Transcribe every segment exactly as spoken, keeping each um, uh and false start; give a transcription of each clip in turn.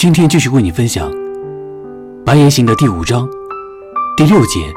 今天继续为你分享《白夜行》的第五章第六节。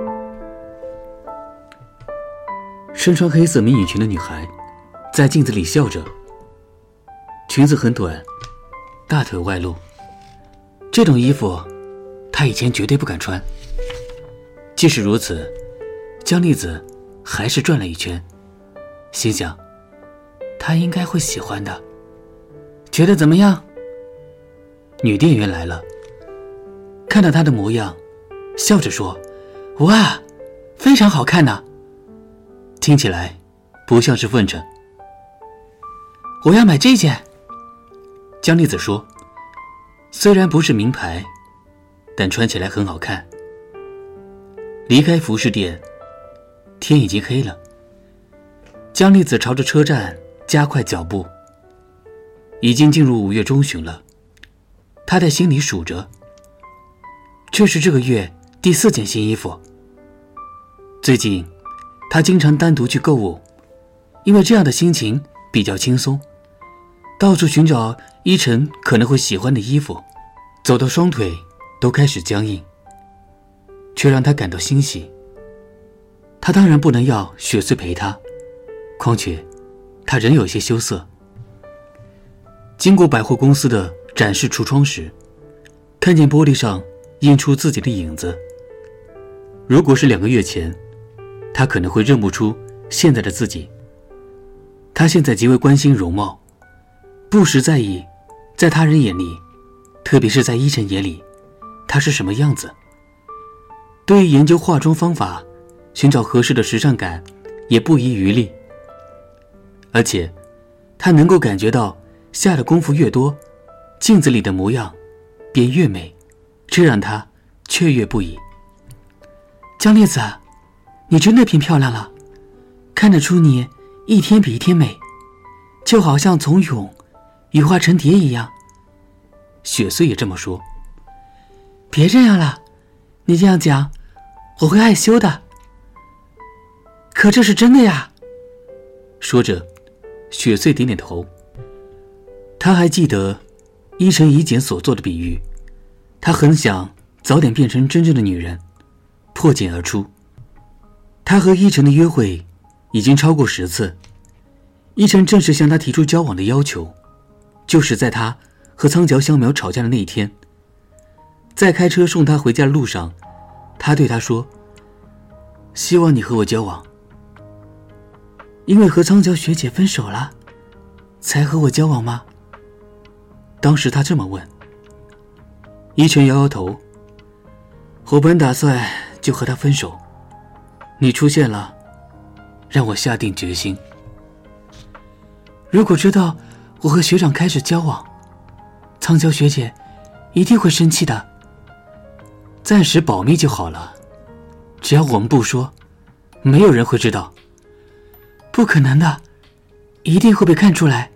身穿黑色迷你裙的女孩在镜子里笑着，裙子很短，大腿外露，这种衣服她以前绝对不敢穿。即使如此，江丽子还是转了一圈，心想她应该会喜欢的。觉得怎么样？女店员来了，看到她的模样，笑着说：哇，非常好看呢。听起来不像是奉承。我要买这件。江丽子说，虽然不是名牌，但穿起来很好看。离开服饰店，天已经黑了。江丽子朝着车站加快脚步。已经进入五月中旬了，她在心里数着，这是这个月第四件新衣服。最近她经常单独去购物，因为这样的心情比较轻松，到处寻找依晨可能会喜欢的衣服，走到双腿都开始僵硬，却让她感到欣喜。她当然不能要雪穗陪她，况且她仍有些羞涩。经过百货公司的展示橱窗时，看见玻璃上映出自己的影子。如果是两个月前，他可能会认不出现在的自己。他现在极为关心容貌，不时在意在他人眼里，特别是在依晨眼里，他是什么样子。对于研究化妆方法，寻找合适的时尚感，也不遗余力。而且他能够感觉到下的功夫越多，镜子里的模样便越美，这让他雀跃不已。江丽子，你真的变漂亮了，看得出你一天比一天美，就好像从蛹羽化成蝶一样。雪穗也这么说。别这样了，你这样讲我会害羞的。可这是真的呀。说着，雪穗点点头。他还记得依晨以简所做的比喻，他很想早点变成真正的女人，破茧而出。他和依晨的约会已经超过十次，依晨正式向他提出交往的要求，就是在他和苍桥香苗吵架的那一天。在开车送他回家的路上，他对他说，希望你和我交往。因为和苍桥学姐分手了才和我交往吗？当时他这么问。依晨摇摇头，我本打算就和他分手，你出现了，让我下定决心。如果知道我和学长开始交往，苍桥学姐一定会生气的。暂时保密就好了，只要我们不说，没有人会知道。不可能的，一定会被看出来。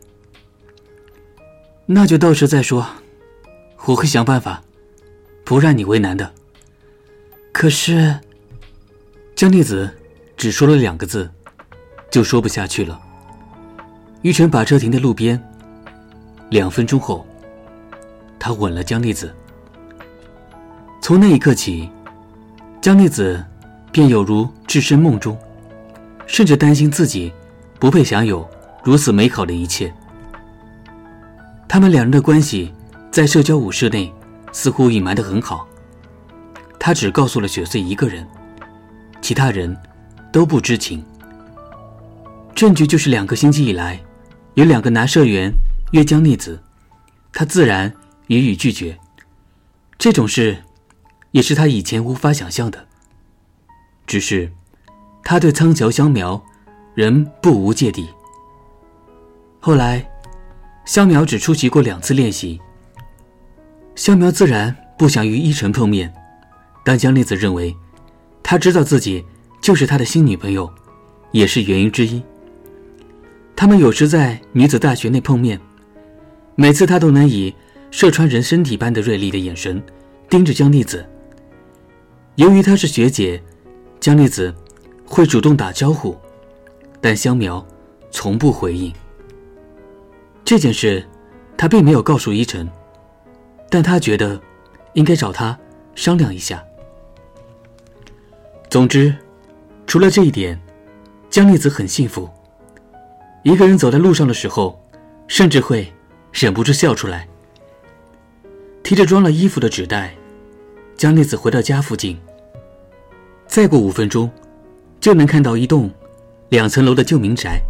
那就到时再说，我会想办法不让你为难的。可是江丽子只说了两个字就说不下去了。依晨把车停在路边，两分钟后他吻了江丽子。从那一刻起，江丽子便有如置身梦中，甚至担心自己不配享有如此美好的一切。他们两人的关系在社交舞社内似乎隐瞒得很好，他只告诉了雪穗一个人，其他人都不知情。证据就是两个星期以来，有两个男社员约江丽子，他自然予以拒绝。这种事也是他以前无法想象的，只是他对苍桥香苗仍不无芥蒂。后来香苗只出席过两次练习，香苗自然不想与依晨碰面，但江丽子认为他知道自己就是他的新女朋友，也是原因之一。他们有时在女子大学内碰面，每次他都能以射穿人身体般的锐利的眼神盯着江丽子。由于她是学姐，江丽子会主动打招呼，但香苗从不回应。这件事他并没有告诉依晨， 但他觉得应该找他商量一下。总之，除了这一点，江丽子很幸福。一个人走在路上的时候，甚至会忍不住笑出来。提着装了衣服的纸袋，江丽子回到家附近。再过五分钟，就能看到一栋两层楼的旧民宅。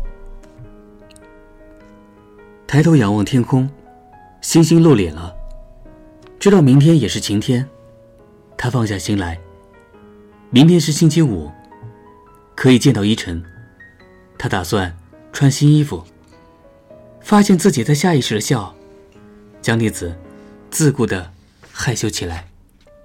抬头仰望天空，星星露脸了。知道明天也是晴天，他放下心来。明天是星期五，可以见到依晨。他打算穿新衣服。发现自己在下意识的笑，江丽子自顾地害羞起来。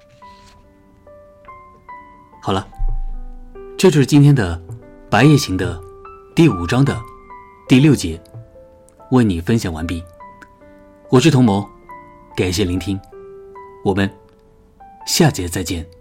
好了，这就是今天的白夜行的第五章的第六节，为你分享完毕。我是童谋，感谢聆听，我们下节再见。